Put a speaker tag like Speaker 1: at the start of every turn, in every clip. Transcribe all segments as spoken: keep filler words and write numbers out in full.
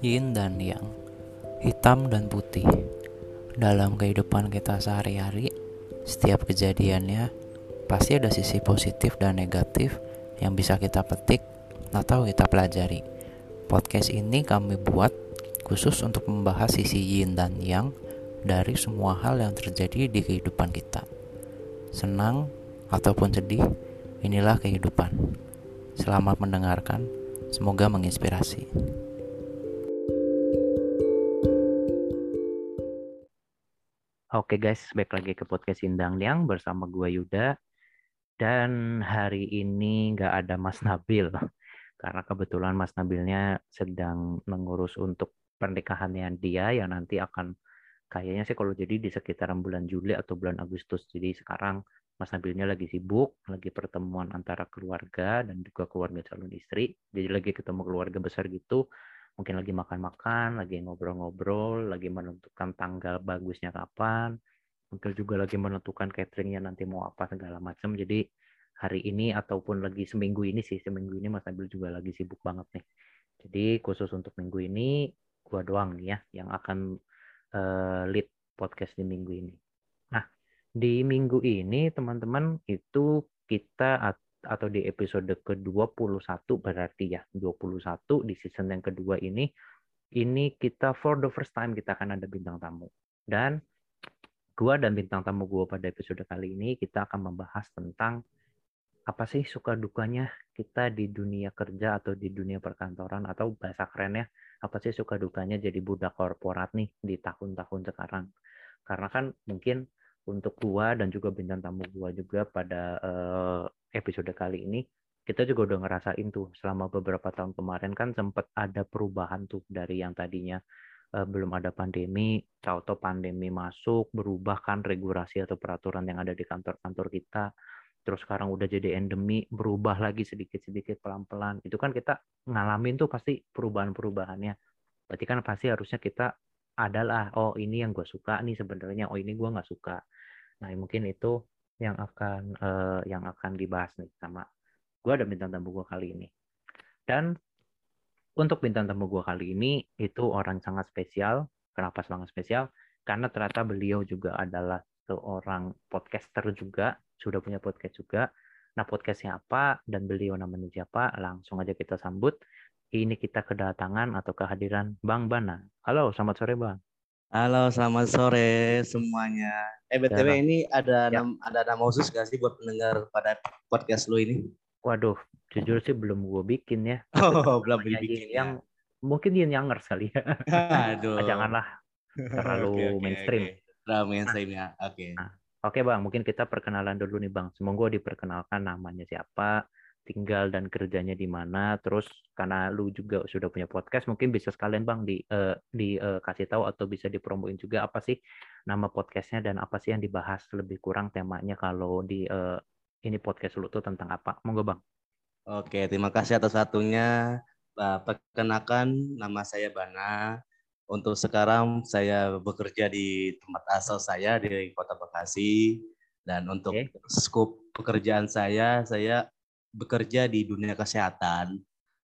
Speaker 1: Yin dan Yang, hitam dan putih. Dalam kehidupan kita sehari-hari, setiap kejadiannya pasti ada sisi positif dan negatif yang bisa kita petik atau kita pelajari. Podcast ini kami buat khusus untuk membahas sisi yin dan yang dari semua hal yang terjadi di kehidupan kita. Senang ataupun sedih, inilah kehidupan. Selamat mendengarkan, semoga menginspirasi. Oke guys, balik lagi ke podcast Sindang Liang bersama gue Yuda. Dan hari ini nggak ada Mas Nabil, karena kebetulan Mas Nabilnya sedang mengurus untuk pernikahannya dia yang nanti akan kayaknya sih kalau jadi di sekitaran bulan Juli atau bulan Agustus. Jadi sekarang Mas Nabilnya lagi sibuk, lagi pertemuan antara keluarga dan juga keluarga calon istri. Jadi lagi ketemu keluarga besar gitu. Mungkin lagi makan-makan, lagi ngobrol-ngobrol, lagi menentukan tanggal bagusnya kapan. Mungkin juga lagi menentukan cateringnya nanti mau apa segala macam. Jadi hari ini ataupun lagi seminggu ini sih, seminggu ini Mas Nabil juga lagi sibuk banget nih. Jadi khusus untuk minggu ini, gua doang nih ya yang akan uh, lead podcast di minggu ini. Nah, di minggu ini teman-teman itu kita atau di episode ke dua puluh satu berarti ya, dua puluh satu di season yang kedua ini, ini kita for the first time kita akan ada bintang tamu. Dan gua dan bintang tamu gua pada episode kali ini kita akan membahas tentang apa sih suka dukanya kita di dunia kerja atau di dunia perkantoran, atau bahasa kerennya apa sih suka dukanya jadi budak korporat nih di tahun-tahun sekarang. Karena kan mungkin untuk gua dan juga bintang tamu gua juga pada uh, episode kali ini kita juga udah ngerasain tuh selama beberapa tahun kemarin kan sempat ada perubahan tuh dari yang tadinya uh, belum ada pandemi, tahu-tahu pandemi masuk, berubah kan regulasi atau peraturan yang ada di kantor-kantor kita. Terus sekarang udah jadi endemi, berubah lagi sedikit-sedikit pelan-pelan. Itu kan kita ngalamin tuh pasti perubahan-perubahannya. Berarti kan pasti harusnya kita adalah, oh ini yang gue suka nih sebenarnya, oh ini gue nggak suka. Nah mungkin itu yang akan uh, yang akan dibahas nih sama gue dan bintang tamu gue kali ini. Dan untuk bintang tamu gue kali ini itu orang sangat spesial. Kenapa sangat spesial? Karena ternyata beliau juga adalah seorang podcaster juga, sudah punya podcast juga. Nah podcastnya apa dan beliau namanya siapa? Langsung aja kita sambut. Ini kita kedatangan atau kehadiran Bang Bana. Halo, selamat sore Bang.
Speaker 2: Halo, selamat sore semuanya. Eh,
Speaker 1: Ya
Speaker 2: B T W
Speaker 1: Bang.
Speaker 2: ini ada
Speaker 1: Ya.
Speaker 2: nam- ada nama khusus gak sih buat pendengar pada podcast lu ini?
Speaker 1: Waduh, jujur sih belum gue bikin ya. Tapi
Speaker 2: Oh,
Speaker 1: kalau
Speaker 2: belum
Speaker 1: namanya Yin
Speaker 2: dibikin
Speaker 1: Yang,
Speaker 2: ya.
Speaker 1: mungkin Yin Yangers kali ya.
Speaker 2: Aduh.
Speaker 1: Janganlah terlalu
Speaker 2: Oke, oke, oke.
Speaker 1: mainstream.
Speaker 2: Udah
Speaker 1: Nah,
Speaker 2: mainstream ya. Oke.
Speaker 1: Nah, oke Bang, mungkin kita perkenalan dulu nih Bang. Semoga diperkenalkan namanya siapa, tinggal dan kerjanya di mana. Terus karena lu juga sudah punya podcast, mungkin bisa sekalian Bang di uh, dikasih uh, tahu atau bisa dipromoin juga apa sih nama podcastnya dan apa sih yang dibahas lebih kurang temanya kalau di uh, ini podcast lu tuh tentang apa? Monggo Bang.
Speaker 2: Oke, terima kasih atas waktunya. Bah, perkenalkan nama saya Bana. Untuk sekarang saya bekerja di tempat asal saya di Kota Bekasi. Dan untuk
Speaker 1: Oke.
Speaker 2: skop pekerjaan saya, saya bekerja di dunia kesehatan.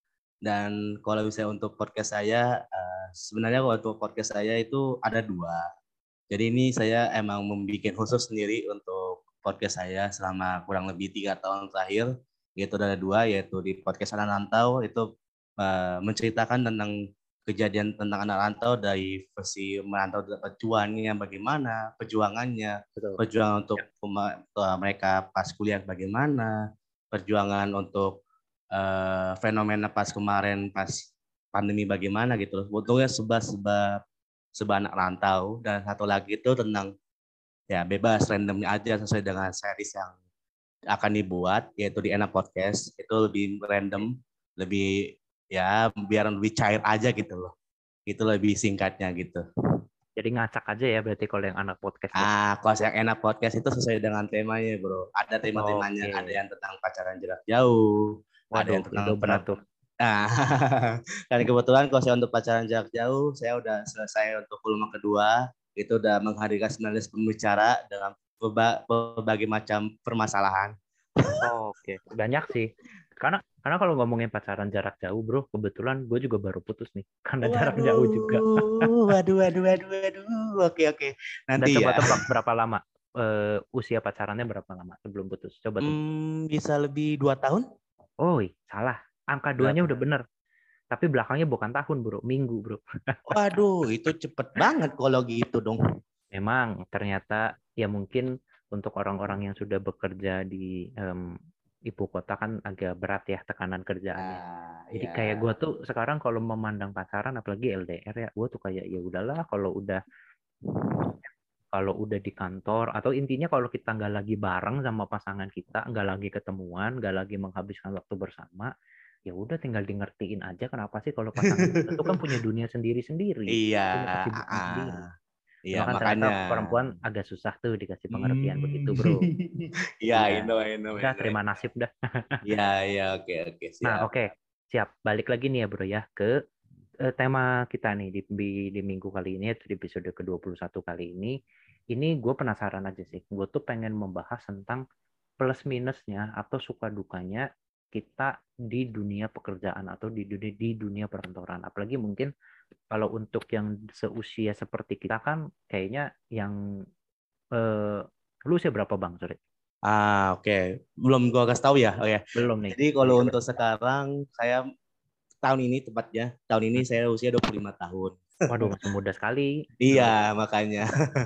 Speaker 2: Dan kalau misalnya untuk podcast saya, uh, sebenarnya kalau untuk podcast saya itu ada dua. Jadi ini saya emang membuat khusus sendiri untuk podcast saya selama kurang lebih tiga tahun terakhir. Yaitu ada dua, yaitu di podcast Anak Rantau, itu uh, menceritakan tentang kejadian tentang anak rantau dari versi merantau dapat cuannya bagaimana, perjuangannya,
Speaker 1: Betul.
Speaker 2: perjuangan
Speaker 1: Ya.
Speaker 2: untuk mereka pas kuliah bagaimana, perjuangan untuk uh, fenomena pas kemarin pas pandemi bagaimana gitu loh. Untungnya sebab-sebab sebab anak rantau, dan satu lagi itu tentang ya bebas randomnya aja sesuai dengan series yang akan dibuat, yaitu di Enak Podcast. Itu lebih random, lebih ya biar lebih cair aja gitu loh. Itu lebih singkatnya gitu.
Speaker 1: Jadi ngacak aja ya berarti kalau yang anak podcast Bang.
Speaker 2: Ah, kalau yang Enak Podcast itu sesuai dengan temanya, bro. Ada tema-temanya,
Speaker 1: Oke.
Speaker 2: ada yang tentang pacaran jarak jauh, ada
Speaker 1: Waduh,
Speaker 2: yang tentang
Speaker 1: itu berat
Speaker 2: per-
Speaker 1: tuh.
Speaker 2: Nah, dan kebetulan kalau saya untuk pacaran jarak jauh, saya udah selesai untuk volume kedua. Itu udah menghadirkan sembilan belas pembicara dengan berbagai macam permasalahan.
Speaker 1: Oke, banyak sih. Karena Karena kalau ngomongin pacaran jarak jauh, bro, kebetulan gue juga baru putus nih, karena jarak jauh juga.
Speaker 2: Waduh, waduh, waduh, waduh, waduh. Oke, oke.
Speaker 1: Udah
Speaker 2: Nanti
Speaker 1: coba
Speaker 2: ya.
Speaker 1: tebak berapa lama? Eh, usia pacarannya berapa lama sebelum putus? Coba tebak.
Speaker 2: Hmm, bisa lebih dua tahun?
Speaker 1: Oh, salah. Angka duanya udah
Speaker 2: Berapa?
Speaker 1: bener. Tapi belakangnya bukan tahun, bro. Minggu, bro.
Speaker 2: Waduh, itu cepet banget kalau gitu dong.
Speaker 1: Memang ternyata ya mungkin untuk orang-orang yang sudah bekerja di em, ibu kota kan agak berat ya tekanan kerjaannya.
Speaker 2: Ah,
Speaker 1: Jadi kayak gue
Speaker 2: ya.
Speaker 1: tuh sekarang kalau memandang pacaran apalagi L D R ya, gue tuh kayak ya udahlah kalau udah kalau udah di kantor atau intinya kalau kita nggak lagi bareng sama pasangan kita, nggak lagi ketemuan, nggak lagi menghabiskan waktu bersama, ya udah tinggal di ngertiin aja kenapa sih kalau pasangan kita tuh kan punya dunia sendiri-sendiri,
Speaker 2: Iya,
Speaker 1: punya kesibukan
Speaker 2: ah,
Speaker 1: sendiri.
Speaker 2: iya
Speaker 1: Cuma kan ternyata
Speaker 2: makanya.
Speaker 1: perempuan agak susah tuh dikasih pengertian begitu,
Speaker 2: Hmm.
Speaker 1: bro.
Speaker 2: Iya,
Speaker 1: Iya,
Speaker 2: I know, I know, I
Speaker 1: udah
Speaker 2: know, I
Speaker 1: terima
Speaker 2: know.
Speaker 1: nasib dah.
Speaker 2: Iya, iya, oke, oke,
Speaker 1: Nah,
Speaker 2: siap.
Speaker 1: oke, siap. Balik lagi nih ya, bro ya, ke eh, tema kita nih di, di, di minggu kali ini, atau di episode ke dua puluh satu kali ini. Ini gue penasaran aja sih. Gue tuh pengen membahas tentang plus minusnya atau suka dukanya kita di dunia pekerjaan atau di dunia di dunia perkantoran. Apalagi mungkin kalau untuk yang seusia seperti kita kan kayaknya yang eh, lu usia berapa bang? Sorry.
Speaker 2: Ah, oke. Belum gua kasih tahu ya. Oh ya.
Speaker 1: Belum nih.
Speaker 2: Jadi
Speaker 1: Oh
Speaker 2: kalau
Speaker 1: iya
Speaker 2: untuk
Speaker 1: berarti.
Speaker 2: sekarang saya tahun ini tepatnya, tahun ini saya usia dua puluh lima tahun.
Speaker 1: Waduh, masih muda sekali,
Speaker 2: Iya,
Speaker 1: bro.
Speaker 2: makanya.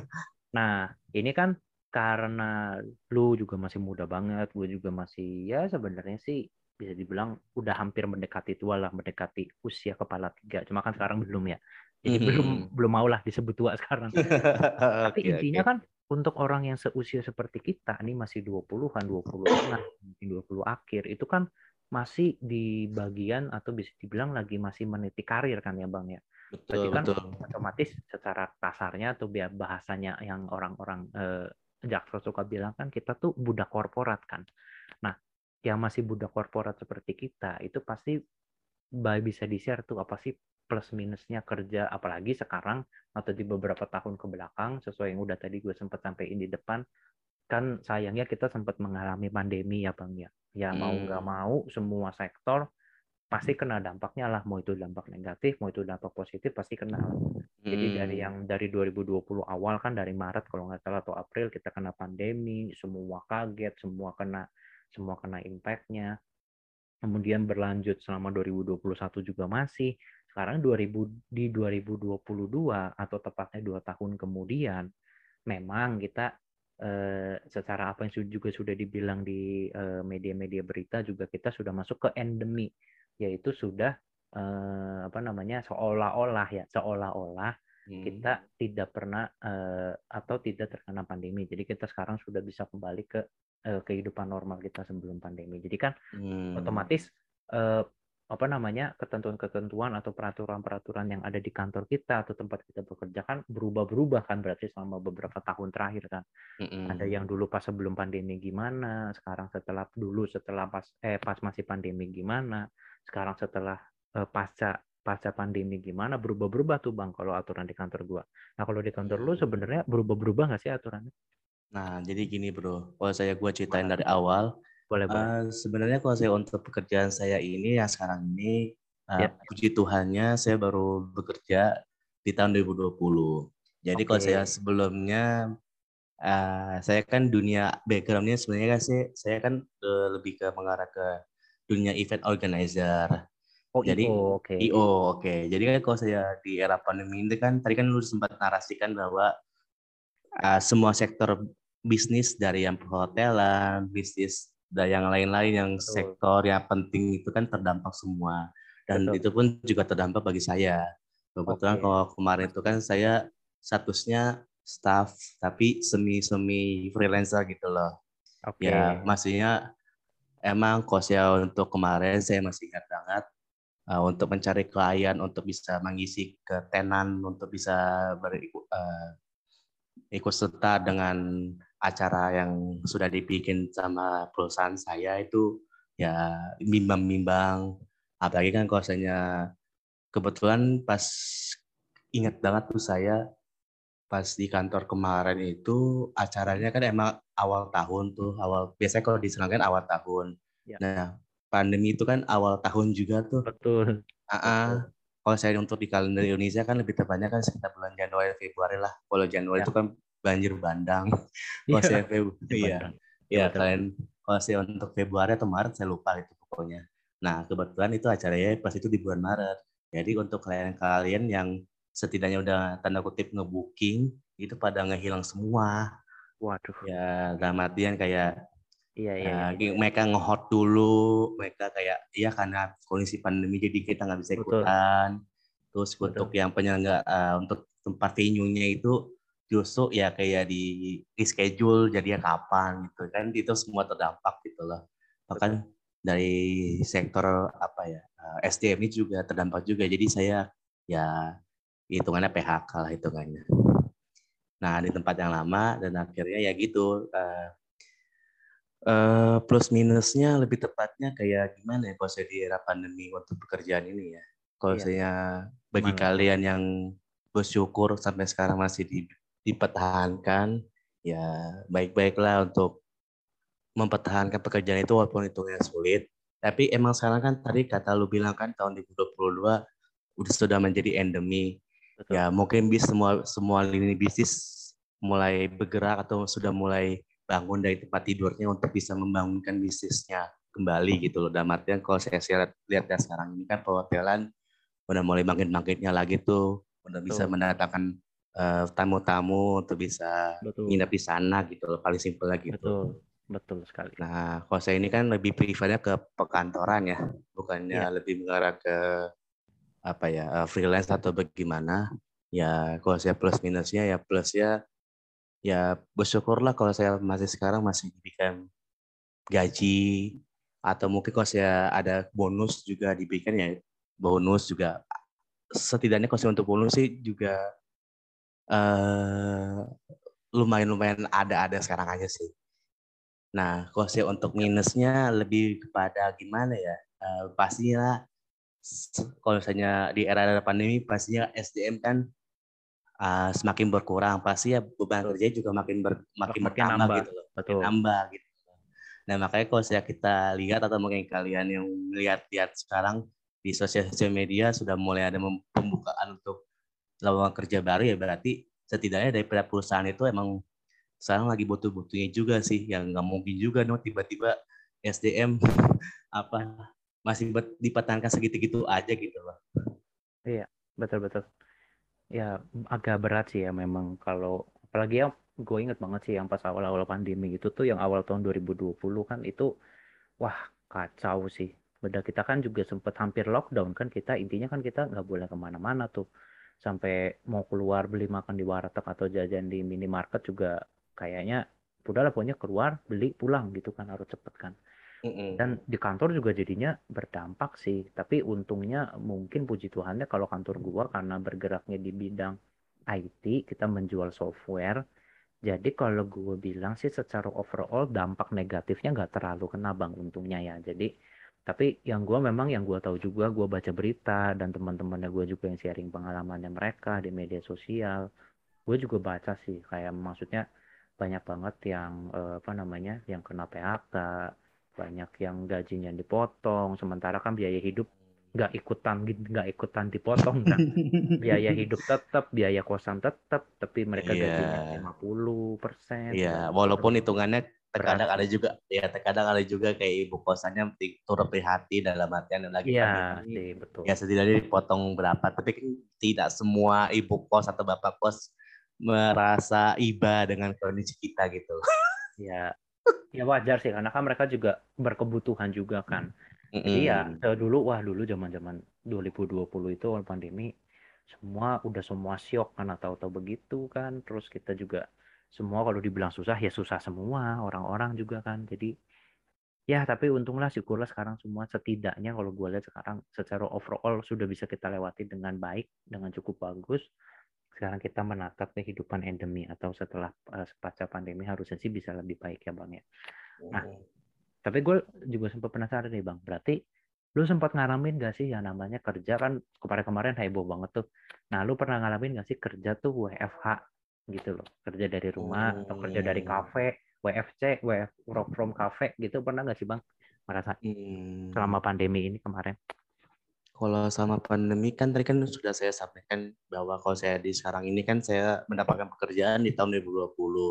Speaker 1: Nah, ini kan karena lu juga masih muda banget, gue juga masih ya sebenarnya sih bisa dibilang udah hampir mendekati tua lah, mendekati usia kepala tiga. Cuma kan sekarang belum ya. Jadi belum
Speaker 2: Mhm.
Speaker 1: belum mau lah disebut tua sekarang. Tapi
Speaker 2: Oke, oke.
Speaker 1: intinya kan untuk orang yang seusia seperti kita, ini masih dua puluhan-an, dua puluh tengah, mungkin dua puluh akhir, itu kan masih di bagian atau bisa dibilang lagi masih meniti karir kan ya Bang ya.
Speaker 2: Betul,
Speaker 1: Berarti kan
Speaker 2: betul.
Speaker 1: otomatis secara kasarnya atau biar bahasanya yang orang-orang eh, jaksa suka bilang kan kita tuh budak korporat kan. Nah, yang masih budak korporat seperti kita itu pasti bisa di-share tuh apa sih plus minusnya kerja apalagi sekarang atau di beberapa tahun ke belakang sesuai yang udah tadi gue sempat sampaikan di depan kan sayangnya kita sempat mengalami pandemi ya Bang ya. Ya mau nggak
Speaker 2: Hmm.
Speaker 1: mau semua sektor pasti kena dampaknya lah mau itu dampak negatif mau itu dampak positif pasti kena lah. Jadi dari
Speaker 2: Hmm.
Speaker 1: yang dari dua ribu dua puluh awal kan dari Maret kalau nggak salah atau April kita kena pandemi, semua kaget, semua kena semua kena impact-nya. Kemudian berlanjut selama dua ribu dua puluh satu juga masih. Sekarang dua ribu di dua ribu dua puluh dua atau tepatnya dua tahun kemudian memang kita eh, secara apa yang juga sudah dibilang di eh, media-media berita juga kita sudah masuk ke endemi yaitu sudah eh, apa namanya seolah-olah ya seolah-olah
Speaker 2: Hmm.
Speaker 1: kita tidak pernah eh, atau tidak terkena pandemi. Jadi kita sekarang sudah bisa kembali ke eh, kehidupan normal kita sebelum pandemi. Jadi kan
Speaker 2: Hmm.
Speaker 1: otomatis eh, apa namanya ketentuan-ketentuan atau peraturan-peraturan yang ada di kantor kita atau tempat kita bekerja kan berubah-berubah kan berarti selama beberapa tahun terakhir kan. Ada
Speaker 2: Hmm.
Speaker 1: yang dulu pas sebelum pandemi gimana, sekarang setelah dulu setelah pas eh pas masih pandemi gimana, sekarang setelah eh, pasca pasca pandemi gimana berubah-berubah tuh Bang kalau aturan di kantor gua. Nah, kalau di kantor lu sebenarnya
Speaker 2: Hmm.
Speaker 1: berubah-berubah nggak sih aturannya?
Speaker 2: Nah, jadi gini bro, kalau saya gua ceritain
Speaker 1: Gimana
Speaker 2: dari
Speaker 1: tuh?
Speaker 2: awal,
Speaker 1: Boleh, boleh.
Speaker 2: eh, sebenarnya kalau saya untuk pekerjaan saya ini yang sekarang ini, eh,
Speaker 1: Ya,
Speaker 2: puji Tuhannya saya baru bekerja di tahun dua ribu dua puluh. Jadi kalau saya
Speaker 1: oke.
Speaker 2: sebelumnya, eh, saya kan dunia backgroundnya sebenarnya kan sih, saya kan eh, lebih ke mengarah ke dunia event organizer.
Speaker 1: Oh, I O,
Speaker 2: Jadi
Speaker 1: oke.
Speaker 2: I O, oke. Jadi kan kalau saya di era pandemi ini kan, tadi kan lu sempat narasikan bahwa uh, semua sektor bisnis dari yang perhotelan, bisnis dan yang lain-lain yang
Speaker 1: Betul,
Speaker 2: sektor yang penting itu kan terdampak semua. Dan
Speaker 1: betul.
Speaker 2: itu pun juga terdampak bagi saya. Kebetulan
Speaker 1: Oke,
Speaker 2: kalau kemarin itu kan
Speaker 1: pastinya.
Speaker 2: saya statusnya staff tapi semi-semi freelancer gitu loh. Ya,
Speaker 1: Oke.
Speaker 2: maksudnya emang kosnya untuk kemarin saya masih ingat banget uh, untuk mencari klien untuk bisa mengisi ke tenan untuk bisa ber, uh, ikut serta dengan acara yang sudah dibikin sama perusahaan saya itu ya bimbang-bimbang. Apalagi kan kalau saya kebetulan pas ingat banget tuh saya pas di kantor kemarin itu acaranya kan emang awal tahun tuh awal biasanya kalau diserangkan awal tahun.
Speaker 1: Ya.
Speaker 2: Nah pandemi itu kan awal tahun juga tuh.
Speaker 1: Betul.
Speaker 2: Ah,
Speaker 1: Betul.
Speaker 2: kalau saya untuk di kalender Indonesia kan lebih tepatnya kan sekitar bulan Januari Februari lah. Kalau Januari
Speaker 1: Ya.
Speaker 2: itu kan banjir bandang. Kalau
Speaker 1: Iya.
Speaker 2: saya Februari,
Speaker 1: Di
Speaker 2: iya,
Speaker 1: Bandung. Ya
Speaker 2: iya
Speaker 1: betul.
Speaker 2: kalian. Kalau saya untuk Februari atau Maret saya lupa itu pokoknya. Nah kebetulan itu acaranya pas itu di bulan Maret. Jadi untuk kalian-kalian yang setidaknya udah tanda kutip ngebooking itu pada ngehilang semua.
Speaker 1: Waduh.
Speaker 2: Ya dalam artian kayak
Speaker 1: Iya, iya, iya.
Speaker 2: Uh,
Speaker 1: Iya.
Speaker 2: mereka nge-hot dulu, mereka kayak iya karena kondisi pandemi jadi kita nggak bisa
Speaker 1: Betul.
Speaker 2: ikutan. Terus untuk
Speaker 1: Betul.
Speaker 2: yang penyelenggara uh, untuk tempat venue-nya itu justru ya kayak di reschedule jadinya kapan gitu kan itu semua terdampak gitu loh.
Speaker 1: Betul.
Speaker 2: Bahkan dari sektor apa ya uh, S D M ini juga terdampak juga. Jadi saya ya hitungannya P H K lah hitungannya. Nah di tempat yang lama dan akhirnya ya gitu. Uh, Uh, plus minusnya lebih tepatnya kayak gimana ya kalau saya di era pandemi untuk pekerjaan ini ya. Kalau
Speaker 1: Iya.
Speaker 2: saya bagi
Speaker 1: Gimana tuh?
Speaker 2: kalian yang bersyukur sampai sekarang masih di, dipertahankan, ya baik-baiklah untuk mempertahankan pekerjaan itu walaupun hitungnya sulit. Tapi emang sekarang kan tadi kata lu bilang kan tahun dua ribu dua puluh dua udah sudah menjadi endemi.
Speaker 1: Betul.
Speaker 2: Ya mungkin bis semua semua lini bisnis mulai bergerak atau sudah mulai bangun dari tempat tidurnya untuk bisa membangunkan bisnisnya kembali gitu loh. Dalam artian kalau saya lihat lihat ya sekarang ini kan perhotelan udah mulai bangkit-bangkitnya lagi tuh, udah bisa
Speaker 1: Betul.
Speaker 2: mendatangkan uh, tamu-tamu untuk bisa
Speaker 1: Betul.
Speaker 2: nginep di sana gitu loh, paling simpelnya gitu.
Speaker 1: Betul. Betul sekali.
Speaker 2: Nah, kalau saya ini kan lebih prefernya ke perkantoran ya, bukannya
Speaker 1: Iya.
Speaker 2: lebih mengarah ke apa ya uh, freelance atau bagaimana. Ya, kalau saya plus minusnya ya plusnya ya bersyukurlah kalau saya masih sekarang masih diberikan gaji atau mungkin kalau saya ada bonus juga diberikan ya bonus juga setidaknya kalau saya untuk bonus sih juga eh, lumayan-lumayan ada-ada sekarang aja sih. Nah, kalau saya untuk minusnya lebih kepada gimana ya? Eh, pastinya kalau misalnya di era pandemi pastinya S D M kan uh, semakin berkurang, pasti ya beban
Speaker 1: Betul.
Speaker 2: kerja juga makin ber, makin
Speaker 1: Makin
Speaker 2: bertambah
Speaker 1: nambah.
Speaker 2: gitu loh, makin
Speaker 1: Betul.
Speaker 2: nambah gitu. Nah makanya kalau saya kita lihat atau mungkin kalian yang lihat-lihat sekarang di sosial media sudah mulai ada pembukaan untuk lowongan kerja baru ya berarti setidaknya dari perusahaan itu emang sekarang lagi butuh-butuhnya juga sih yang nggak mungkin juga no tiba-tiba S D M apa masih dipertahankan segitu-gitu aja gitu loh.
Speaker 1: Iya. Betul-betul. Ya agak berat sih ya memang kalau apalagi ya gue inget banget sih yang pas awal-awal pandemi gitu tuh yang awal tahun dua ribu dua puluh kan itu wah kacau sih. Beda kita kan juga sempat hampir lockdown kan kita intinya kan kita nggak boleh kemana-mana tuh sampai mau keluar beli makan di warteg atau jajan di minimarket juga kayaknya udahlah pokoknya keluar beli pulang gitu kan harus cepet kan. Dan
Speaker 2: Mm-mm.
Speaker 1: di kantor juga jadinya berdampak sih. Tapi untungnya mungkin puji Tuhannya kalau kantor gua karena bergeraknya di bidang I T, kita menjual software. Jadi kalau gue bilang sih secara overall dampak negatifnya nggak terlalu kena bang untungnya ya. Jadi tapi yang gue memang yang gue tahu juga gue baca berita dan teman-temannya gue juga yang sharing pengalamannya mereka di media sosial. Gue juga baca sih kayak maksudnya banyak banget yang eh, apa namanya yang kena P H K, banyak yang gajinya dipotong, sementara kan biaya hidup nggak ikutan nggak ikutan dipotong kan. Biaya hidup tetap, biaya kosan tetap, tapi mereka
Speaker 2: Iya.
Speaker 1: gajinya lima puluh persen
Speaker 2: Iya,
Speaker 1: segala
Speaker 2: walaupun
Speaker 1: terus
Speaker 2: hitungannya
Speaker 1: berat
Speaker 2: terkadang ada
Speaker 1: sih.
Speaker 2: juga, ya terkadang ada juga kayak ibu kosannya ti- turut prihatin dalam artian yang lagi
Speaker 1: Iya
Speaker 2: pandemi,
Speaker 1: sih betul.
Speaker 2: ya setidaknya dipotong berapa. Tapi kan tidak semua ibu kos atau bapak kos merasa iba dengan kondisi kita gitu.
Speaker 1: Ya, ya wajar sih karena kan mereka juga berkebutuhan juga kan. Jadi ya
Speaker 2: Mm-mm.
Speaker 1: eh, dulu wah dulu zaman-zaman dua ribu dua puluh itu awal pandemi semua udah semua syok kan tahu-tahu begitu kan. Terus kita juga semua kalau dibilang susah ya susah semua orang-orang juga kan. Jadi ya tapi untunglah syukurlah sekarang semua setidaknya kalau gue lihat sekarang secara overall sudah bisa kita lewati dengan baik, dengan cukup bagus. Sekarang kita menatap kehidupan endemi atau setelah uh, pasca pandemi harusnya sih bisa lebih baik ya Bang ya. Nah, tapi gue juga sempat penasaran nih Bang. Berarti lu sempat ngalamin gak sih yang namanya kerja kan kemarin-kemarin heboh banget tuh. Nah, lu pernah ngalamin gak sih kerja tuh W F H gitu loh. Kerja dari rumah atau kerja dari
Speaker 2: Hmm.
Speaker 1: kafe, W F C, W F work from cafe gitu pernah gak sih Bang? merasa selama
Speaker 2: Hmm.
Speaker 1: pandemi ini kemarin?
Speaker 2: Kalau sama pandemi kan tadi kan sudah saya sampaikan bahwa kalau saya di sekarang ini kan saya mendapatkan pekerjaan di tahun dua ribu dua puluh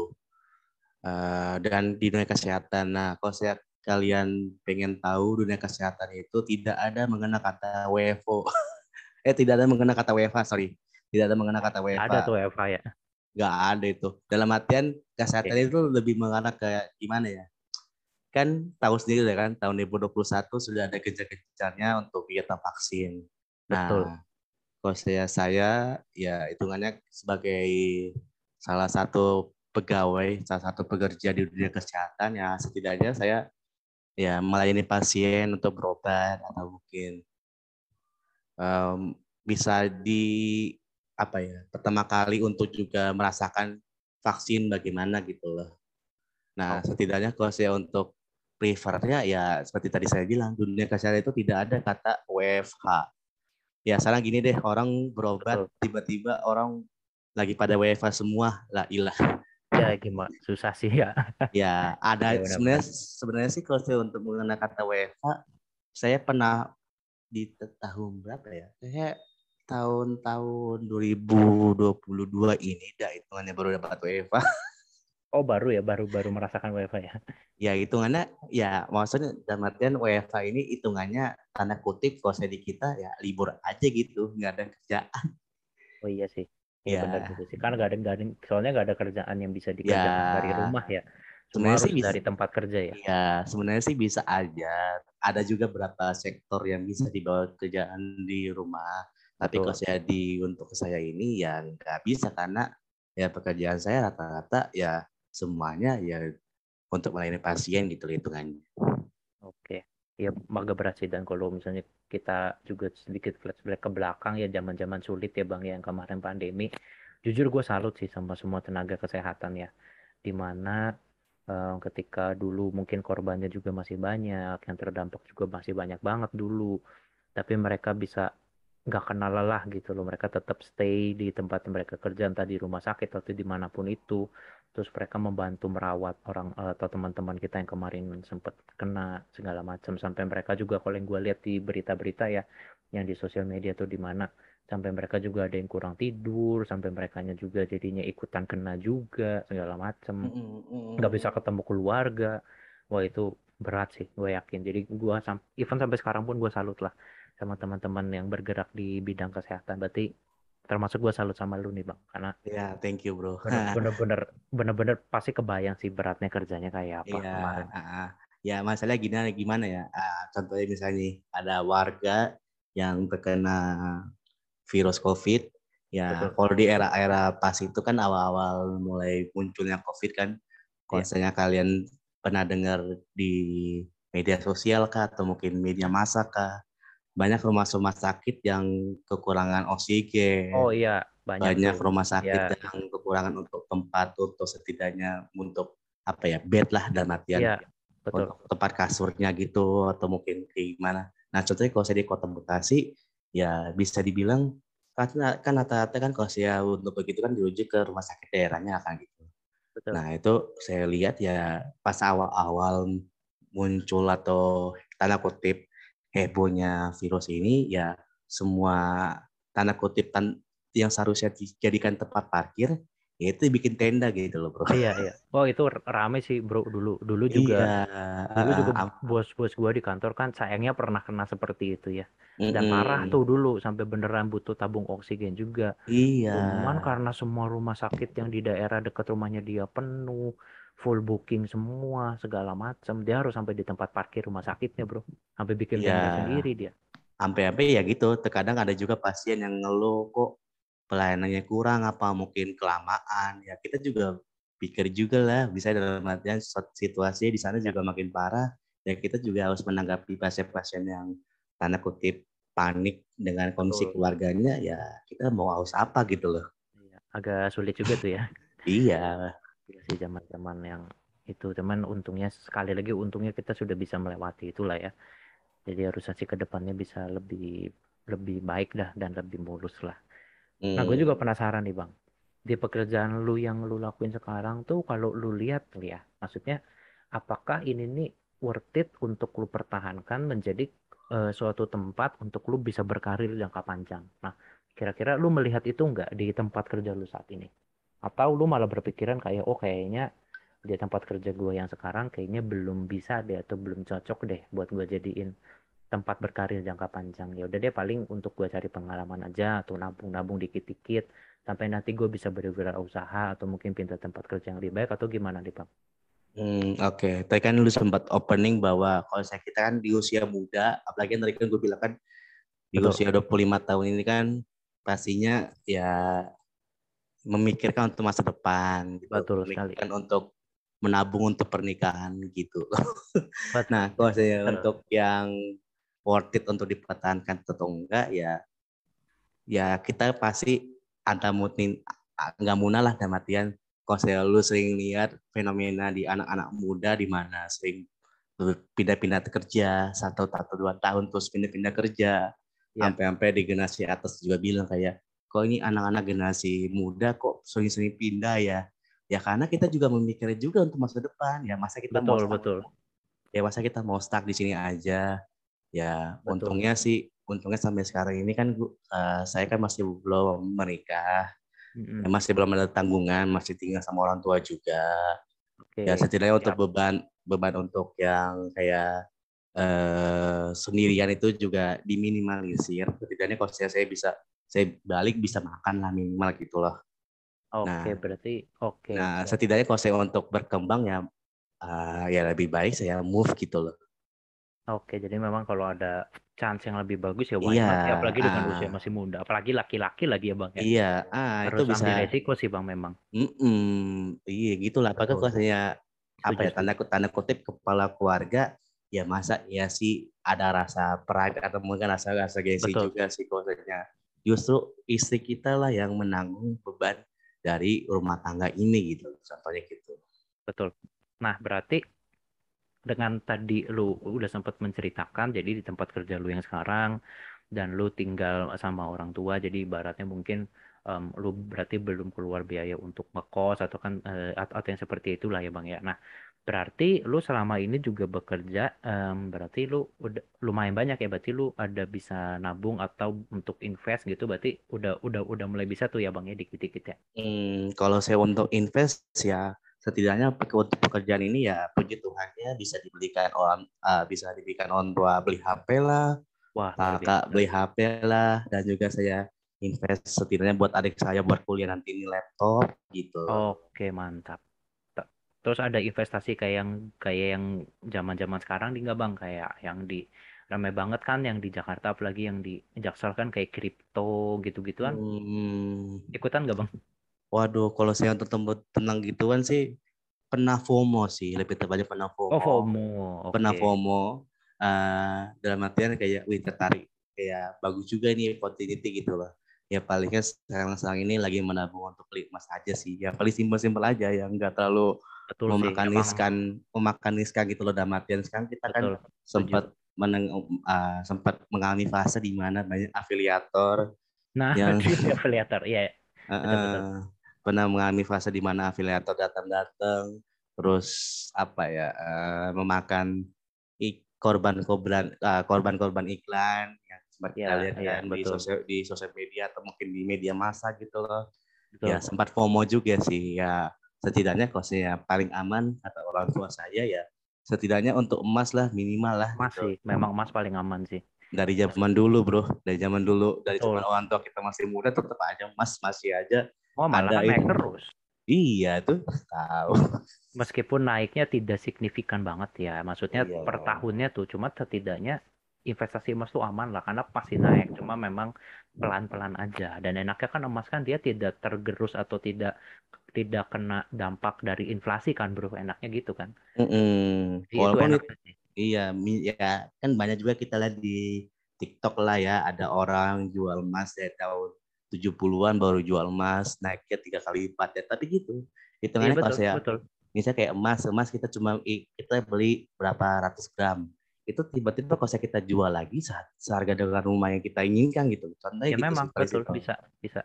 Speaker 2: eh, dan di dunia kesehatan. Nah, kalau saya kalian pengen tahu dunia kesehatan itu tidak ada mengenal kata W F O. Eh, tidak ada mengenal kata W F H, sorry. Tidak ada mengenal kata
Speaker 1: Ada
Speaker 2: W F H.
Speaker 1: tuh Eva ya.
Speaker 2: Nggak ada itu. Dalam artian
Speaker 1: Oke,
Speaker 2: kesehatan itu lebih mengarah ke gimana ya? Kan tahu sendiri ya kan, tahun dua ribu dua puluh satu sudah ada gencar-gencarnya untuk kegiatan vaksin.
Speaker 1: betul.
Speaker 2: Nah, kalau saya, saya ya hitungannya sebagai salah satu pegawai, salah satu pekerja di dunia kesehatan ya setidaknya saya ya melayani pasien untuk berobat atau mungkin em, bisa di apa ya pertama kali untuk juga merasakan vaksin bagaimana gitu loh. Nah
Speaker 1: Oke,
Speaker 2: setidaknya kalau saya untuk prefernya ya seperti tadi saya bilang dunia kesehatan itu tidak ada kata W F H. Ya sekarang gini deh orang berobat
Speaker 1: betul.
Speaker 2: tiba-tiba orang lagi pada W F H semua lah ilah.
Speaker 1: Ya gimana? Susah sih ya.
Speaker 2: Ya
Speaker 1: Ya
Speaker 2: ada sebenarnya
Speaker 1: benar-benar.
Speaker 2: sebenarnya sih kalau saya untuk mengenal kata W F H saya pernah di tahun berapa ya? Kayak tahun-tahun dua ribu dua puluh dua ini dah hitungannya baru dapat W F H.
Speaker 1: Oh baru ya, baru baru merasakan W F H ya.
Speaker 2: Ya hitungannya ya maksudnya dalam artian W F H ini hitungannya tanda kutip kalau saya di kita ya libur aja gitu, nggak ada kerjaan.
Speaker 1: Oh iya sih. Iya benar
Speaker 2: Ya
Speaker 1: juga sih. Karena nggak ada, nggak ada, soalnya nggak ada kerjaan yang bisa dikerjakan dari
Speaker 2: ya
Speaker 1: rumah ya. Semua
Speaker 2: sebenarnya
Speaker 1: harus
Speaker 2: sih bisa.
Speaker 1: dari tempat kerja ya.
Speaker 2: Ya sebenarnya sih bisa aja. Ada juga beberapa sektor yang bisa dibawa kerjaan di rumah. Tapi kalau
Speaker 1: Betul.
Speaker 2: saya di untuk saya ini ya nggak bisa karena ya pekerjaan saya rata-rata ya semuanya ya untuk melayani pasien gitu hitungannya.
Speaker 1: Oke. Ya agak berat sih, dan kalau misalnya kita juga sedikit flashback ke belakang ya zaman-zaman sulit ya Bang ya, yang kemarin pandemi. Jujur gue salut sih sama semua tenaga kesehatan ya. Dimana eh, ketika dulu mungkin korbannya juga masih banyak, yang terdampak juga masih banyak banget dulu. Tapi mereka bisa nggak kenal lelah gitu loh, mereka tetap stay di tempat mereka kerja, entah di rumah sakit atau dimanapun itu, terus mereka membantu merawat orang eh, atau teman-teman kita yang kemarin sempat kena segala macam, sampai mereka juga kalau yang gue lihat di berita-berita ya, yang di sosial media tuh di mana sampai mereka juga ada yang kurang tidur, sampai mereka juga jadinya ikutan kena juga segala macam, nggak bisa ketemu keluarga. Wah itu berat sih, gue yakin. Jadi gue sam even sampai sekarang pun gue salut lah sama teman-teman yang bergerak di bidang kesehatan. Berarti termasuk gue salut sama lu nih bang, karena
Speaker 2: Ya, thank you bro.
Speaker 1: bener- bener-bener bener-bener pasti kebayang sih beratnya kerjanya kayak apa
Speaker 2: Iya,
Speaker 1: kemarin.
Speaker 2: ah, ah. Ya masalahnya gimana gimana ya? Ah, contohnya misalnya nih, ada warga yang terkena virus COVID. Ya,
Speaker 1: Betul.
Speaker 2: kalau di era-era pas itu kan awal-awal mulai munculnya COVID kan, kalau
Speaker 1: Iya,
Speaker 2: misalnya kalian pernah dengar di media sosial kah, atau mungkin media massa kah, banyak rumah-rumah sakit yang kekurangan
Speaker 1: oh
Speaker 2: oksigen,
Speaker 1: iya, banyak
Speaker 2: banyak
Speaker 1: tuh
Speaker 2: rumah
Speaker 1: ya.
Speaker 2: sakit yang kekurangan untuk tempat, untuk setidaknya untuk apa ya, bed lah dalam artian
Speaker 1: Iya, betul.
Speaker 2: untuk tempat kasurnya gitu atau mungkin kayak gimana. Nah contohnya kalau saya di Kota Bekasi ya bisa dibilang karena kan rata-rata kan kalau saya untuk begitu kan dirujuk ke rumah sakit daerahnya kan gitu.
Speaker 1: Betul.
Speaker 2: Nah itu saya lihat ya pas awal-awal muncul atau tanda kutip hebohnya virus ini ya semua tanda kutip tan yang seharusnya dijadikan tempat parkir ya itu bikin tenda gitu loh bro.
Speaker 1: Iya, iya. Oh, itu rame sih, Bro. Dulu dulu juga
Speaker 2: Iya,
Speaker 1: dulu juga
Speaker 2: uh, uh,
Speaker 1: bos-bos gua di kantor kan sayangnya pernah kena seperti itu ya. Dan parah tuh
Speaker 2: mm-mm.
Speaker 1: dulu sampai beneran butuh tabung oksigen juga.
Speaker 2: Iya,
Speaker 1: Cuman karena semua rumah sakit yang di daerah dekat rumahnya dia penuh, full booking semua, segala macam, dia harus sampai di tempat parkir rumah sakitnya, Bro. Sampai bikin
Speaker 2: iya.
Speaker 1: tenda sendiri dia.
Speaker 2: Sampai-sampai ya gitu. Terkadang ada juga pasien yang ngeluh kok pelayanannya kurang apa mungkin kelamaan. Ya kita juga pikir juga lah bisa dalam artian situasi di sana
Speaker 1: Ya,
Speaker 2: juga makin parah. Ya kita juga harus menanggapi pasien-pasien yang tanda kutip panik dengan kondisi
Speaker 1: betul.
Speaker 2: keluarganya. Ya kita mau harus apa gitu loh.
Speaker 1: Iya. Agak sulit juga tuh ya.
Speaker 2: Iya.
Speaker 1: Iya sih zaman-zaman yang itu. Cuman untungnya sekali lagi untungnya kita sudah bisa melewati itulah ya. Jadi harusnya sih ke depannya bisa lebih lebih baik dah dan lebih mulus lah. Nah, gue juga
Speaker 2: Hmm.
Speaker 1: penasaran nih, Bang. Di pekerjaan lu yang lu lakuin sekarang tuh kalau lu lihat tuh ya, maksudnya apakah ini nih worth it untuk lu pertahankan menjadi uh, suatu tempat untuk lu bisa berkarir jangka panjang. Nah, kira-kira lu melihat itu nggak di tempat kerja lu saat ini? Atau lu malah berpikiran kayak, oh kayaknya di tempat kerja gue yang sekarang kayaknya belum bisa deh atau belum cocok deh buat gue jadiin tempat berkarir jangka panjang. Ya udah deh paling untuk gue cari pengalaman aja atau nabung-nabung dikit-dikit sampai nanti gue bisa berwirausaha atau mungkin pindah tempat kerja yang lebih baik atau gimana nih Bang?
Speaker 2: Hmm, oke. Okay. Tadi kan lu sempat opening bahwa kalau saya kita kan di usia muda, apalagi yang tadi kan gue bilang kan di
Speaker 1: Betul,
Speaker 2: usia dua puluh lima tahun ini kan pastinya ya memikirkan untuk masa depan gitu,
Speaker 1: betul sekali.
Speaker 2: memikirkan untuk menabung untuk pernikahan gitu.
Speaker 1: Betul,
Speaker 2: Nah, kalau saya
Speaker 1: betul,
Speaker 2: untuk yang worth it untuk dipertahankan atau enggak ya, ya kita pasti ada mungkin nggak munah lah dalam artian kalau saya lu sering lihat fenomena di anak-anak muda di mana sering pindah-pindah kerja satu atau dua tahun terus pindah-pindah kerja
Speaker 1: ya,
Speaker 2: sampai-sampai di generasi atas juga bilang kayak kok ini anak-anak generasi muda kok sering-sering pindah ya ya karena kita juga memikirkan juga untuk masa depan ya masa kita mau
Speaker 1: betul,
Speaker 2: stuck
Speaker 1: betul,
Speaker 2: ya masa kita mau stuck di sini aja ya
Speaker 1: betul.
Speaker 2: untungnya sih untungnya sampai sekarang ini kan uh, saya kan masih belum menikah ya
Speaker 1: Mm-mm.
Speaker 2: masih belum ada tanggungan masih tinggal sama orang tua juga ya
Speaker 1: Oke,
Speaker 2: setidaknya untuk
Speaker 1: siap.
Speaker 2: beban beban untuk yang kayak uh, sendirian itu juga diminimalisir setidaknya kalau saya, saya bisa saya balik bisa makan lah minimal gitu loh
Speaker 1: Oke,
Speaker 2: nah
Speaker 1: berarti oke,
Speaker 2: nah
Speaker 1: siap.
Speaker 2: setidaknya kalau saya untuk berkembang ya uh, ya lebih baik saya move gitu loh
Speaker 1: Oke, jadi memang kalau ada chance yang lebih bagus ya why
Speaker 2: iya
Speaker 1: not ya, apalagi dengan usia
Speaker 2: ah
Speaker 1: masih muda, apalagi laki-laki lagi ya Bang ya.
Speaker 2: iya ah itu
Speaker 1: Harus
Speaker 2: bisa
Speaker 1: ambil resiko sih Bang memang.
Speaker 2: mm iya gitulah. Apakah
Speaker 1: Betul.
Speaker 2: kalau saya apa
Speaker 1: Setuju,
Speaker 2: ya tanda
Speaker 1: setuju.
Speaker 2: tanda kutip kepala keluarga ya masa ya sih ada rasa pride atau mungkin rasa rasa gengsi
Speaker 1: Betul,
Speaker 2: juga sih kalau saya. Justru istri kita lah yang menanggung beban dari rumah tangga ini gitu. Contohnya gitu.
Speaker 1: betul. Nah, berarti dengan tadi lu udah sempat menceritakan, jadi di tempat kerja lu yang sekarang, dan lu tinggal sama orang tua, jadi ibaratnya mungkin em, lu berarti belum keluar biaya untuk ngekos atau kan eh, atau, atau yang seperti itulah ya Bang ya. Nah, berarti lu selama ini juga bekerja, em, berarti lu udah lumayan banyak ya, berarti lu ada bisa nabung atau untuk invest gitu, berarti udah udah udah mulai bisa tuh ya Bang ya dikit-dikit ya.
Speaker 2: Hmm, kalau saya untuk invest ya setidaknya untuk pekerjaan ini ya puji Tuhannya bisa dibelikan orang uh, bisa dibelikan orang tua beli H P lah
Speaker 1: Wah, luar
Speaker 2: kakak
Speaker 1: biasa.
Speaker 2: beli H P lah dan juga saya invest setidaknya buat adik saya buat kuliah nanti ini laptop gitu.
Speaker 1: Oke, mantap. T- Terus ada investasi kayak yang kayak yang zaman-zaman sekarang di nggak bang kayak yang di ramai banget kan yang di Jakarta apalagi yang di Jaksel kan kayak kripto gitu-gituan
Speaker 2: Hmm,
Speaker 1: ikutan nggak bang?
Speaker 2: waduh, kalau saya untuk tempat tenang gituan sih pernah FOMO sih, lebih tepatnya pernah
Speaker 1: Oh
Speaker 2: FOMO,
Speaker 1: FOMO,
Speaker 2: pernah
Speaker 1: oke.
Speaker 2: FOMO uh, dalam artian kayak wih tertarik, kayak bagus juga ini opportunity gitu loh. Ya palingnya sekarang-sekarang ini lagi menabung untuk beli emas aja sih, ya paling simpel-simpel aja, yang enggak terlalu
Speaker 1: Betul sih, emang
Speaker 2: memakaniskan memakaniskan gitu loh dalam artian sekarang kita kan
Speaker 1: betul setuju.
Speaker 2: sempat meneng, uh, sempat mengalami fase di mana banyak afiliator
Speaker 1: Nah
Speaker 2: yang
Speaker 1: di afiliator, iya betul betul.
Speaker 2: uh, pernah mengalami fase di mana afiliator datang-datang terus apa ya uh, memakan korban-korban uh, korban-korban iklan yang sempat
Speaker 1: Ya
Speaker 2: kita lihat
Speaker 1: ya
Speaker 2: kan di
Speaker 1: betul
Speaker 2: sosial di sosial media atau mungkin di media massa gitu loh ya
Speaker 1: betul.
Speaker 2: sempat FOMO juga sih ya setidaknya kalau saya paling aman kata orang tua saya ya setidaknya untuk emas lah minimal lah
Speaker 1: Emas
Speaker 2: gitu
Speaker 1: sih, memang emas paling aman sih.
Speaker 2: dari
Speaker 1: Emas,
Speaker 2: zaman dulu bro dari zaman dulu dari zaman
Speaker 1: betul.
Speaker 2: orang tua kita masih muda tetap aja emas masih aja
Speaker 1: Oh
Speaker 2: ada
Speaker 1: malahan naik
Speaker 2: itu
Speaker 1: terus.
Speaker 2: iya tuh tahu
Speaker 1: Meskipun naiknya tidak signifikan banget ya, maksudnya
Speaker 2: iya
Speaker 1: per tahunnya tuh, cuma setidaknya investasi emas tuh aman lah, karena pasti naik, cuma memang pelan-pelan aja. Dan enaknya kan emas kan dia tidak tergerus atau tidak tidak kena dampak dari inflasi kan bro, enaknya gitu kan.
Speaker 2: mm
Speaker 1: Jadi itu
Speaker 2: walaupun
Speaker 1: enak
Speaker 2: itu
Speaker 1: sih.
Speaker 2: iya ya kan banyak juga kita lihat di TikTok lah ya ada orang jual emas dari tahun tujuh puluhan-an baru jual emas naiknya tiga kali lipat ya tapi gitu
Speaker 1: Iya
Speaker 2: hitungannya kalau
Speaker 1: betul,
Speaker 2: saya
Speaker 1: betul.
Speaker 2: misalnya kayak emas emas kita cuma kita beli berapa ratus gram itu tiba-tiba kalau saya kita jual lagi seharga dengan rumah yang kita inginkan gitu contohnya
Speaker 1: Ya
Speaker 2: gitu
Speaker 1: memang,
Speaker 2: sih paling
Speaker 1: betul,
Speaker 2: simpel.
Speaker 1: bisa, bisa.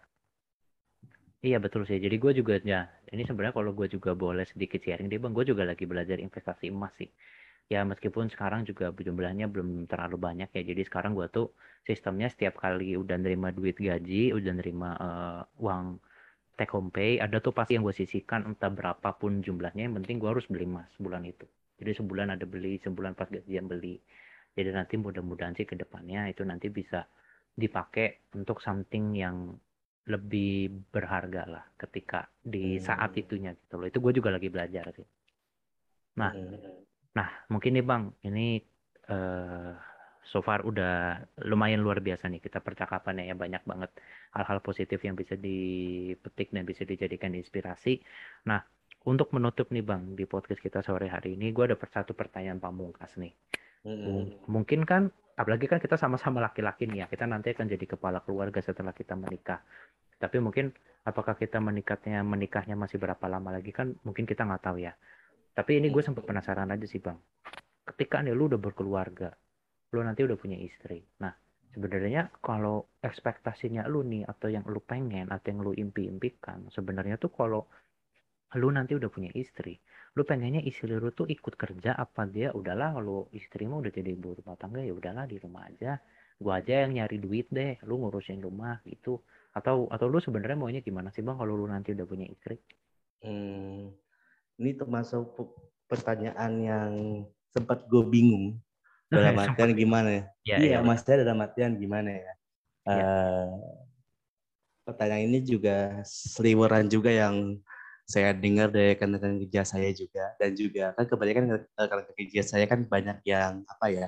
Speaker 1: Iya betul sih. Jadi gue juga, ya ini sebenarnya kalau gue juga boleh sedikit sharing deh bang, gue juga lagi belajar investasi emas sih. ya meskipun sekarang juga jumlahnya belum terlalu banyak ya. Jadi sekarang gue tuh sistemnya setiap kali udah nerima duit gaji, udah nerima uh, uang take home pay, ada tuh pasti yang gue sisihkan entah berapapun jumlahnya, yang penting gue harus beli emas sebulan itu. Jadi sebulan ada beli, sebulan pas gajian beli. Jadi nanti mudah-mudahan sih ke depannya itu nanti bisa dipakai untuk something yang lebih berharga lah ketika di saat
Speaker 2: Hmm.
Speaker 1: itunya gitu loh. Itu gue juga lagi belajar sih. Nah,
Speaker 2: Hmm.
Speaker 1: nah mungkin nih Bang, ini eh, so far udah lumayan luar biasa nih kita percakapannya ya, banyak banget hal-hal positif yang bisa dipetik dan bisa dijadikan inspirasi. Nah, untuk menutup nih Bang di podcast kita sore hari ini, gue ada satu pertanyaan pamungkas nih.
Speaker 2: Hmm.
Speaker 1: Mung- Mungkin kan, apalagi kan kita sama-sama laki-laki nih ya, kita nanti akan jadi kepala keluarga setelah kita menikah. Tapi mungkin apakah kita menikahnya menikahnya masih berapa lama lagi kan mungkin kita nggak tahu ya. Tapi ini gue sempat penasaran aja sih Bang. Ketika nih lu udah berkeluarga, lu nanti udah punya istri. Nah, sebenarnya kalau ekspektasinya lu nih atau yang lu pengen atau yang lu impi-impikan, sebenarnya tuh kalau lu nanti udah punya istri, lu pengennya istri lu tuh ikut kerja apa dia udahlah kalau istrimu udah jadi ibu rumah tangga ya udahlah di rumah aja, gua aja yang nyari duit deh, lu ngurusin rumah gitu. Atau atau lu sebenarnya maunya gimana sih Bang kalau lu nanti udah punya istri?
Speaker 2: Hmm. Ini termasuk pertanyaan yang sempat gue bingung dalam
Speaker 1: Sempat
Speaker 2: artian
Speaker 1: bingung.
Speaker 2: gimana ya?
Speaker 1: Ya,
Speaker 2: Iya,
Speaker 1: ya benar.
Speaker 2: maksudnya dalam artian gimana ya?
Speaker 1: Ya,
Speaker 2: Eh, Pertanyaan ini juga seliweran juga yang saya dengar dari rekan-rekan kerja saya juga, dan juga kan kebanyakan rekan-rekan kerja saya kan banyak yang apa ya,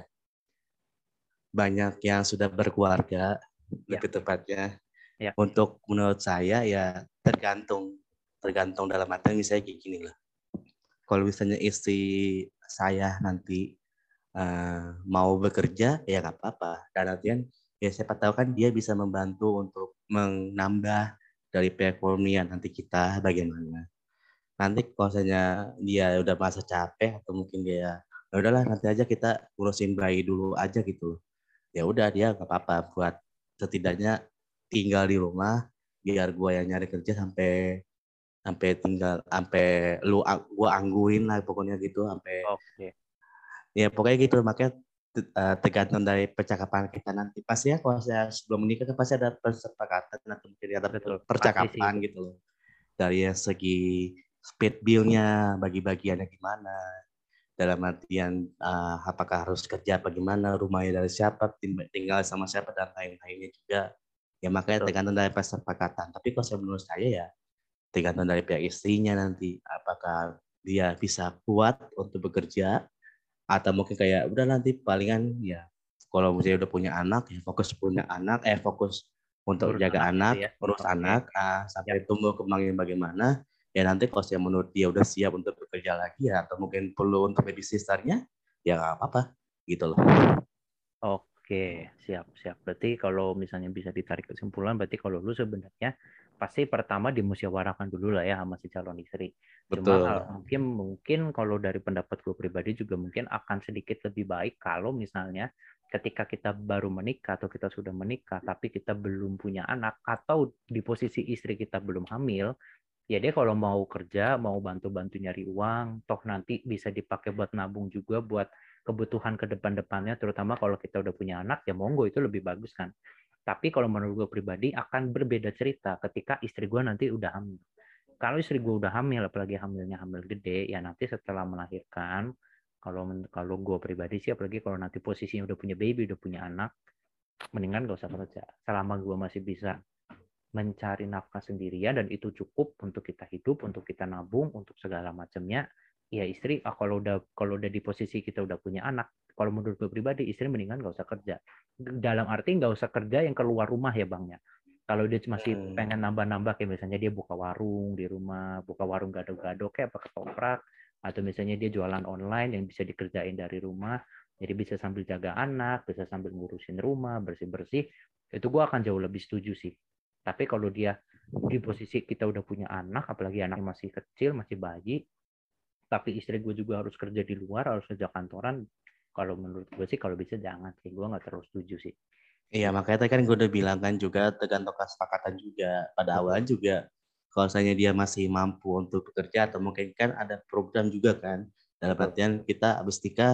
Speaker 2: banyak yang sudah berkeluarga
Speaker 1: ya,
Speaker 2: lebih tepatnya.
Speaker 1: ya.
Speaker 2: Untuk menurut saya ya tergantung tergantung dalam artian misalnya kayak gini lah. Kalau misalnya istri saya nanti uh, mau bekerja ya nggak apa-apa. Dan artian ya siapa tahu kan dia bisa membantu untuk menambah dari perekonomian nanti kita bagaimana. Nanti kalau misalnya dia udah merasa capek atau mungkin dia ya udahlah nanti aja kita urusin bayi dulu aja gitu. Ya udah dia nggak apa-apa buat setidaknya tinggal di rumah biar gua yang nyari kerja sampai sampai tinggal sampai lu gua angguin lah pokoknya gitu sampai
Speaker 1: Oke,
Speaker 2: ya pokoknya gitu makanya uh, tergantung dari percakapan kita nanti pasti ya kalau saya sebelum menikah kan pasti ada persepakatan atau mungkin ada
Speaker 1: betul. Pasti sih
Speaker 2: percakapan
Speaker 1: itu.
Speaker 2: gitu loh dari yang segi speed bill-nya bagi-bagiannya gimana dalam artian uh, apakah harus kerja apa gimana rumahnya dari siapa tinggal sama siapa dan lain-lainnya juga ya makanya
Speaker 1: Betul.
Speaker 2: tergantung dari persepakatan tapi kalau saya menurut saya ya tergantung dari pihak istrinya nanti apakah dia bisa kuat untuk bekerja atau mungkin kayak udah nanti palingan ya kalau misalnya udah punya anak ya fokus punya anak eh fokus untuk
Speaker 1: Urus
Speaker 2: jaga
Speaker 1: anak gitu
Speaker 2: anak
Speaker 1: ya.
Speaker 2: urus
Speaker 1: Oke.
Speaker 2: anak ah,
Speaker 1: Ya.
Speaker 2: sampai tumbuh kembangin bagaimana ya nanti kalau saya menurut dia udah siap untuk bekerja lagi ya atau mungkin perlu untuk babysitternya ya nggak apa-apa gitu loh.
Speaker 1: Oke, siap, siap. Berarti kalau misalnya bisa ditarik kesimpulan, berarti kalau lu sebenarnya pasti pertama dimusyawarahkan dulu lah ya sama si calon istri. Cuma kalau
Speaker 2: Betul.
Speaker 1: mungkin mungkin kalau dari pendapat gue pribadi juga mungkin akan sedikit lebih baik kalau misalnya ketika kita baru menikah atau kita sudah menikah tapi kita belum punya anak atau di posisi istri kita belum hamil, ya dia kalau mau kerja, mau bantu-bantu nyari uang, toh nanti bisa dipakai buat nabung juga buat kebutuhan ke depan-depannya, terutama kalau kita udah punya anak, ya monggo itu lebih bagus kan. Tapi kalau menurut gue pribadi akan berbeda cerita ketika istri gue nanti udah hamil. Kalau istri gue udah hamil, apalagi hamilnya hamil gede, ya nanti setelah melahirkan, kalau kalau gue pribadi sih, apalagi kalau nanti posisinya udah punya baby, udah punya anak, mendingan gak usah kerja. Selama gue masih bisa mencari nafkah sendirian dan itu cukup untuk kita hidup, untuk kita nabung, untuk segala macamnya. Ya istri, ah, kalau udah kalau udah di posisi kita udah punya anak, kalau menurut gue pribadi istri mendingan gak usah kerja. Dalam arti nggak usah kerja yang keluar rumah ya bang ya. Kalau dia masih
Speaker 2: Hmm.
Speaker 1: pengen nambah-nambah kayak misalnya dia buka warung di rumah, buka warung gado-gado kayak apa ketoprak, atau misalnya dia jualan online yang bisa dikerjain dari rumah, jadi bisa sambil jaga anak, bisa sambil ngurusin rumah, bersih-bersih, itu gue akan jauh lebih setuju sih. Tapi kalau dia di posisi kita udah punya anak, apalagi anaknya masih kecil, masih bayi, tapi istri gue juga harus kerja di luar, harus kerja kantoran, kalau menurut gue sih kalau bisa jangan sih, gue nggak terlalu setuju sih.
Speaker 2: Iya
Speaker 1: Gitu.
Speaker 2: makanya tadi kan gue udah bilang kan juga tergantung kesepakatan juga pada awalnya
Speaker 1: Betul.
Speaker 2: juga kalau misalnya dia masih mampu untuk bekerja atau mungkin kan ada program juga kan dalam
Speaker 1: Betul.
Speaker 2: artian kita habis nikah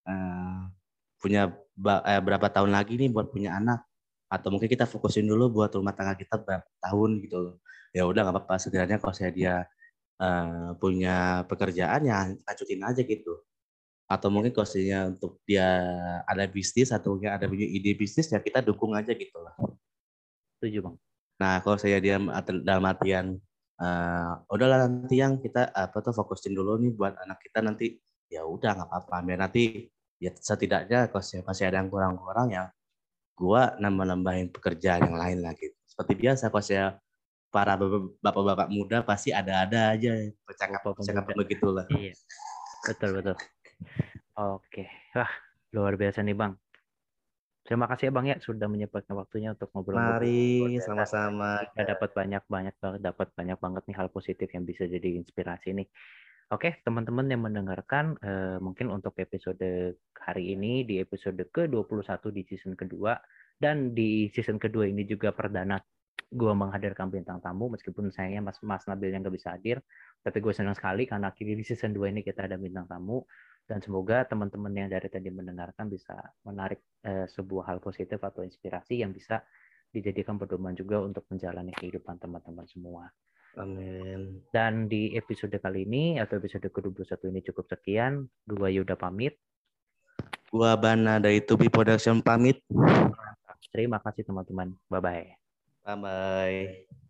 Speaker 2: uh, punya eh, berapa tahun lagi nih buat punya anak, atau mungkin kita fokusin dulu buat rumah tangga kita berapa tahun gitu. Ya udah nggak apa-apa, setidaknya kalau saya dia uh, punya pekerjaan ya lanjutin aja gitu. Atau mungkin kalau saya untuk dia ada bisnis atau mungkin ada punya ide bisnis ya kita dukung aja gitu lah.
Speaker 1: Setuju Bang.
Speaker 2: Nah kalau saya dia dalam artian uh, udahlah nanti yang kita apa tuh fokusin dulu nih buat anak kita nanti, ya udah nggak apa-apa, biar nanti ya setidaknya kalau saya masih ada yang kurang-kurang ya gua nambah-nambahin pekerjaan yang lain lagi. Seperti biasa kalau saya para bapak-bapak muda pasti ada-ada aja percakapan-percakapan begitulah.
Speaker 1: Iya. Betul betul. Oke. Wah, luar biasa nih Bang. Terima kasih ya Bang ya sudah menyempatkan waktunya untuk ngobrol-ngobrol.
Speaker 2: Mari sama-sama.
Speaker 1: Kita dapat banyak-banyak banget, dapat banyak banget nih hal positif yang bisa jadi inspirasi nih. Oke, teman-teman yang mendengarkan, eh, mungkin untuk episode hari ini, di episode ke dua puluh satu di season kedua, dan di season kedua ini juga perdana gue menghadirkan bintang tamu, meskipun sayangnya Mas, Mas Nabil yang gak bisa hadir, tapi gue senang sekali karena akhirnya di season dua ini kita ada bintang tamu, dan semoga teman-teman yang dari tadi mendengarkan bisa menarik eh, sebuah hal positif atau inspirasi yang bisa dijadikan pedoman juga untuk menjalani kehidupan teman-teman semua.
Speaker 2: Amin.
Speaker 1: Dan di episode kali ini atau episode ke dua puluh satu ini cukup sekian. Gua Yuda pamit.
Speaker 2: Gua Bana dari Tubi Production pamit.
Speaker 1: Terima kasih teman-teman. Bye-bye.
Speaker 2: Bye-bye.